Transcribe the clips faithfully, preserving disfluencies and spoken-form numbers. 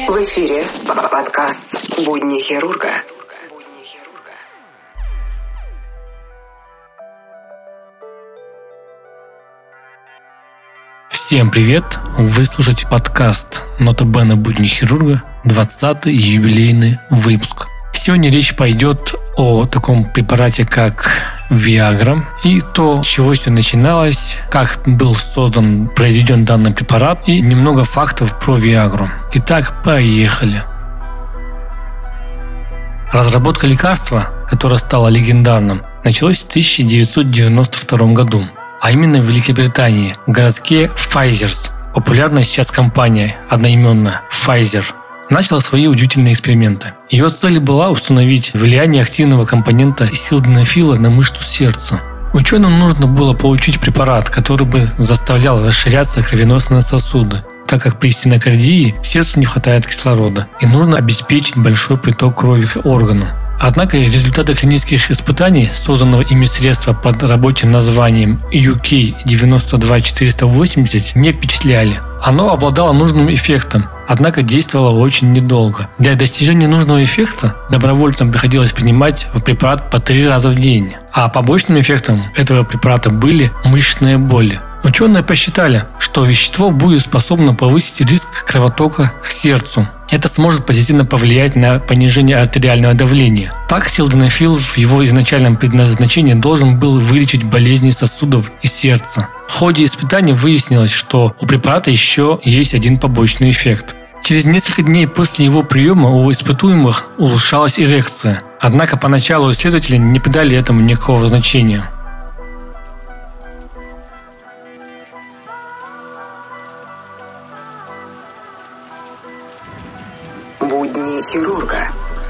В эфире подкаст «Будни хирурга». Всем привет! Вы слушаете подкаст «Нота Бene Будни хирурга», двадцатый юбилейный выпуск. Сегодня речь пойдет о таком препарате, как Viagra, и то, с чего все начиналось, как был создан, произведен данный препарат, и немного фактов про Viagra. Итак, поехали. Разработка лекарства, которое стало легендарным, началась в тысяча девятьсот девяносто втором году, а именно в Великобритании, в городке Pfizer's. Популярная сейчас компания, одноименная Pfizer, начала свои удивительные эксперименты. Ее цель была установить влияние активного компонента силденафила на мышцу сердца. Ученым нужно было получить препарат, который бы заставлял расширяться кровеносные сосуды, так как при стенокардии сердцу не хватает кислорода, и нужно обеспечить большой приток крови к органам. Однако результаты клинических испытаний, созданного ими средства под рабочим названием ю кей девять два четыреста восемьдесят, не впечатляли. Оно обладало нужным эффектом, однако действовало очень недолго. Для достижения нужного эффекта добровольцам приходилось принимать препарат по три раза в день, а побочным эффектом этого препарата были мышечные боли. Ученые посчитали, что вещество будет способно повысить риск кровотока к сердцу. Это сможет позитивно повлиять на понижение артериального давления. Так, силденафил в его изначальном предназначении должен был вылечить болезни сосудов и сердца. В ходе испытаний выяснилось, что у препарата еще есть один побочный эффект. Через несколько дней после его приема у испытуемых улучшалась эрекция. Однако поначалу исследователи не придали этому никакого значения. Будни хирурга.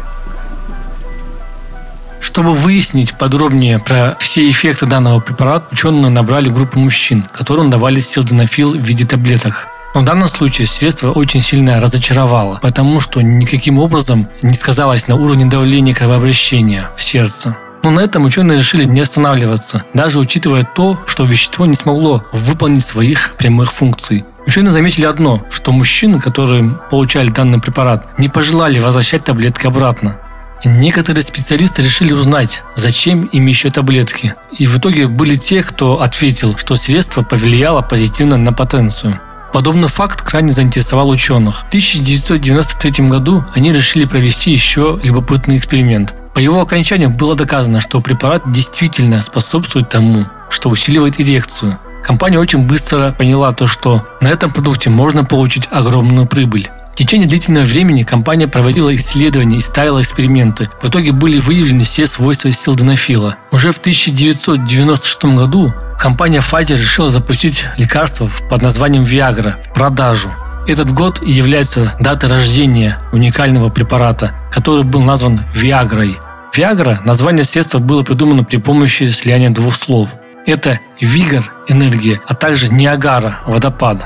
Чтобы выяснить подробнее про все эффекты данного препарата, ученые набрали группу мужчин, которым давали силденафил в виде таблеток. Но в данном случае средство очень сильно разочаровало, потому что никаким образом не сказалось на уровне давления кровообращения в сердце. Но на этом ученые решили не останавливаться, даже учитывая то, что вещество не смогло выполнить своих прямых функций. Ученые заметили одно, что мужчины, которые получали данный препарат, не пожелали возвращать таблетки обратно. Некоторые специалисты решили узнать, зачем им еще таблетки. И в итоге были те, кто ответил, что средство повлияло позитивно на потенцию. Подобный факт крайне заинтересовал ученых. В тысяча девятьсот девяносто третьем году они решили провести еще любопытный эксперимент. По его окончанию было доказано, что препарат действительно способствует тому, что усиливает эрекцию. Компания очень быстро поняла то, что на этом продукте можно получить огромную прибыль. В течение длительного времени компания проводила исследования и ставила эксперименты. В итоге были выявлены все свойства силденафила. Уже в тысяча девятьсот девяносто шестом году компания Pfizer решила запустить лекарство под названием Viagra в продажу. Этот год и является датой рождения уникального препарата, который был назван Viagra. Viagra – название средства было придумано при помощи слияния двух слов. Это Vigor – энергия, а также Ниагара – водопад.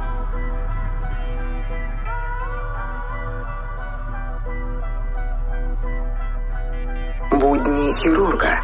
Будни хирурга.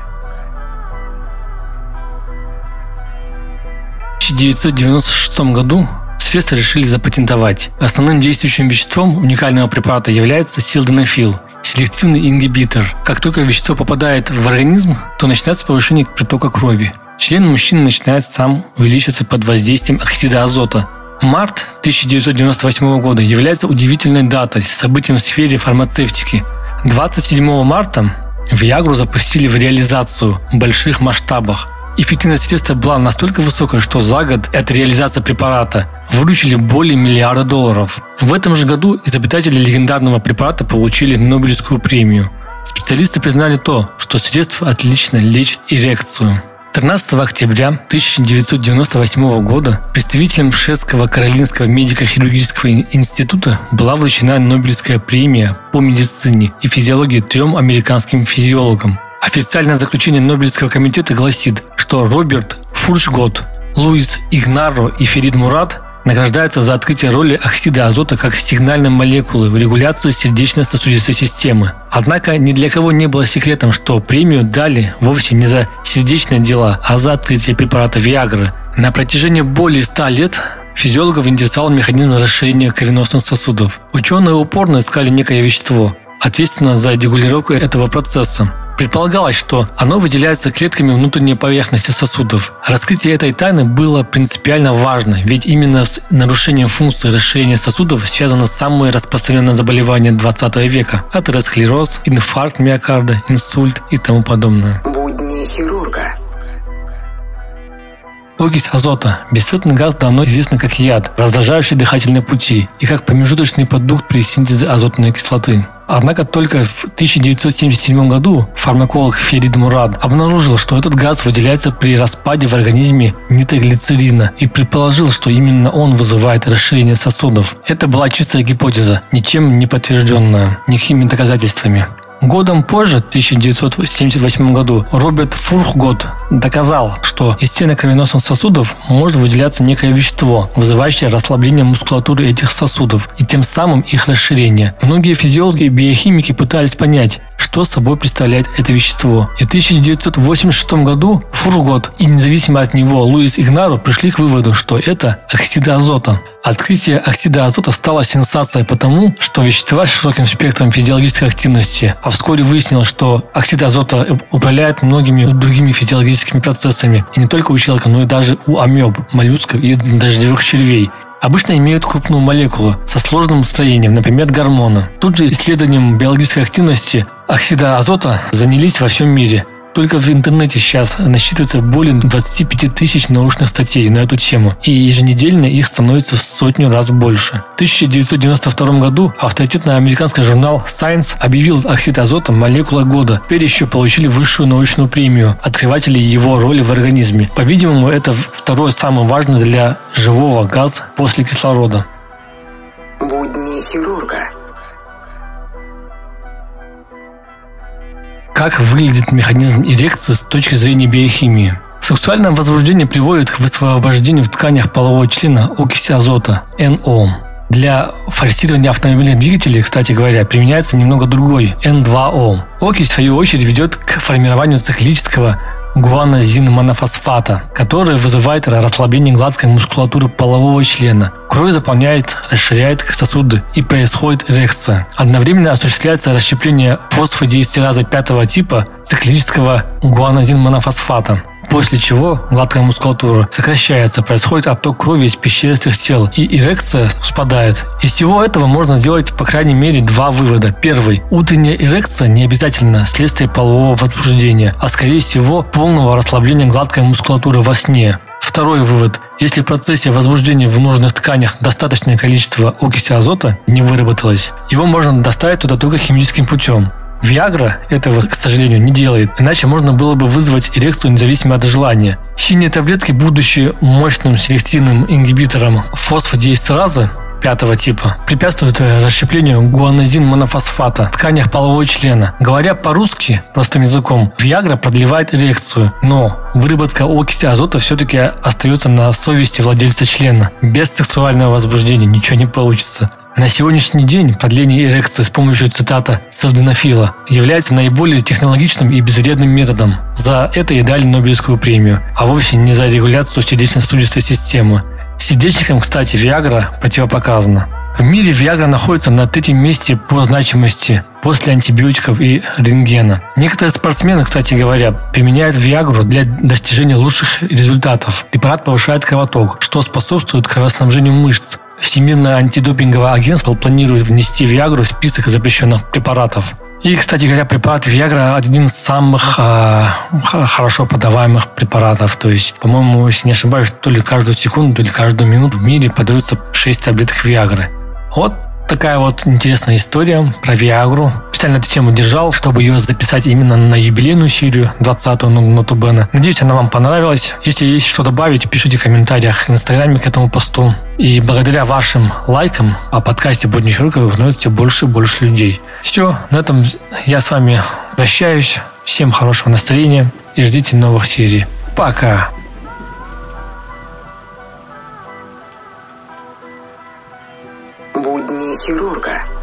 В тысяча девятьсот девяносто шестом году средство решили запатентовать. Основным действующим веществом уникального препарата является силденафил, селективный ингибитор. Как только вещество попадает в организм, то начинается повышение притока крови. Член мужчины начинает сам увеличиваться под воздействием оксида азота. Март тысяча девятьсот девяносто восьмого года является удивительной датой, событием в сфере фармацевтики. двадцать седьмого марта Viagra запустили в реализацию в больших масштабах. Эффективность средства была настолько высокой, что за год от реализации препарата выручили более миллиарда долларов. В этом же году изобретатели легендарного препарата получили Нобелевскую премию. Специалисты признали то, что средство отлично лечит эрекцию. тринадцатого октября тысяча девятьсот девяносто восьмого года представителям шведского Каролинского медико-хирургического института была вручена Нобелевская премия по медицине и физиологии трем американским физиологам. Официальное заключение Нобелевского комитета гласит, что Роберт Фурчгот, Луис Игнарро и Ферид Мурат награждаются за открытие роли оксида азота как сигнальной молекулы в регуляции сердечно-сосудистой системы. Однако ни для кого не было секретом, что премию дали вовсе не за сердечные дела, а за открытие препарата Viagra. На протяжении более ста лет Физиологов интересовал механизм расширения кровеносных сосудов. Ученые упорно искали некое вещество, ответственное за регулировку этого процесса. Предполагалось, что оно выделяется клетками внутренней поверхности сосудов. Раскрытие этой тайны было принципиально важно, ведь именно с нарушением функции расширения сосудов связано самое распространенное заболевание двадцатого века – атеросклероз, инфаркт миокарда, инсульт и тому подобное. Будни хирурга. Окись азота – бесцветный газ, давно известный как яд, раздражающий дыхательные пути и как промежуточный продукт при синтезе азотной кислоты. Однако только в тысяча девятьсот семьдесят седьмом году фармаколог Ферид Мурад обнаружил, что этот газ выделяется при распаде в организме нитроглицерина и предположил, что именно он вызывает расширение сосудов. Это была чистая гипотеза, ничем не подтвержденная, никакими доказательствами. Годом позже, в тысяча девятьсот семьдесят восьмом году, Роберт Фурхгот доказал, что из стенок кровеносных сосудов может выделяться некое вещество, вызывающее расслабление мускулатуры этих сосудов и тем самым их расширение. Многие физиологи и биохимики пытались понять, что собой представляет это вещество. И в тысяча девятьсот восемьдесят шестом году Фурхгот и независимо от него Луис Игнару пришли к выводу, что это оксиды азота. Открытие оксида азота стало сенсацией потому, что вещества с широким спектром физиологической активности, а вскоре выяснилось, что оксид азота управляет многими другими физиологическими процессами, и не только у человека, но и даже у амеб, моллюсков и дождевых червей. Обычно имеют крупную молекулу со сложным строением, например, гормоны. Тут же исследованием биологической активности оксида азота занялись во всем мире. Только в интернете сейчас насчитывается более двадцати пяти тысяч научных статей на эту тему, и еженедельно их становится в сотню раз больше. В тысяча девятьсот девяносто втором году авторитетный американский журнал Science объявил оксид азота молекулой года. Теперь еще получили высшую научную премию открыватели его роли в организме. По-видимому, это второй самый важный для живого газ после кислорода. Будни хирурга. Как выглядит механизм эрекции с точки зрения биохимии? Сексуальное возбуждение приводит к высвобождению в тканях полового члена окиси азота – эн о. Для форсирования автомобильных двигателей, кстати говоря, применяется немного другой – эн два о. Окись, в свою очередь, ведет к формированию циклического гуанозин-монофосфата, который вызывает расслабление гладкой мускулатуры полового члена. Кровь заполняет, расширяет сосуды и происходит эрекция. Одновременно осуществляется расщепление фосфодиэстеразы пятого типа циклического гуанозин-монофосфата, после чего гладкая мускулатура сокращается, происходит отток крови из пещеристых тел, и эрекция спадает. Из всего этого можно сделать по крайней мере два вывода. Первый. Утренняя эрекция не обязательно следствие полового возбуждения, а скорее всего полного расслабления гладкой мускулатуры во сне. Второй вывод. Если в процессе возбуждения в нужных тканях достаточное количество окиси азота не выработалось, его можно доставить туда только химическим путем. Виагра этого, к сожалению, не делает, иначе можно было бы вызвать эрекцию независимо от желания. Синие таблетки, будучи мощным селективным ингибитором фосфодиэстеразы пятого типа, препятствуют расщеплению гуанозин-монофосфата в тканях полового члена. Говоря по-русски, простым языком, Виагра продлевает эрекцию, но выработка окиси азота все-таки остается на совести владельца члена. Без сексуального возбуждения ничего не получится. На сегодняшний день продление эрекции с помощью, цитата, силденафила является наиболее технологичным и безвредным методом. За это и дали Нобелевскую премию, а вовсе не за регуляцию сердечно-сосудистой системы. Сердечникам, кстати, Виагра противопоказана. В мире Виагра находится на третьем месте по значимости после антибиотиков и рентгена. Некоторые спортсмены, кстати говоря, применяют Виагру для достижения лучших результатов. Препарат повышает кровоток, что способствует кровоснабжению мышц. Всемирное антидопинговое агентство планирует внести Виагру в список запрещенных препаратов. И, кстати говоря, препарат Виагра один из самых э, хорошо подаваемых препаратов. То есть, по-моему, если не ошибаюсь, то ли каждую секунду, то ли каждую минуту в мире подается шесть таблеток Виагры. Вот такая вот интересная история про Виагру. Специально эту тему держал, чтобы ее записать именно на юбилейную серию двадцатую Нотубена. Надеюсь, она вам понравилась. Если есть что добавить, пишите в комментариях в инстаграме к этому посту. И благодаря вашим лайкам о подкасте «Будни хирурга» вы узнаете все больше и больше людей. Все, на этом я с вами прощаюсь. Всем хорошего настроения и ждите новых серий. Пока! Будни хирурга.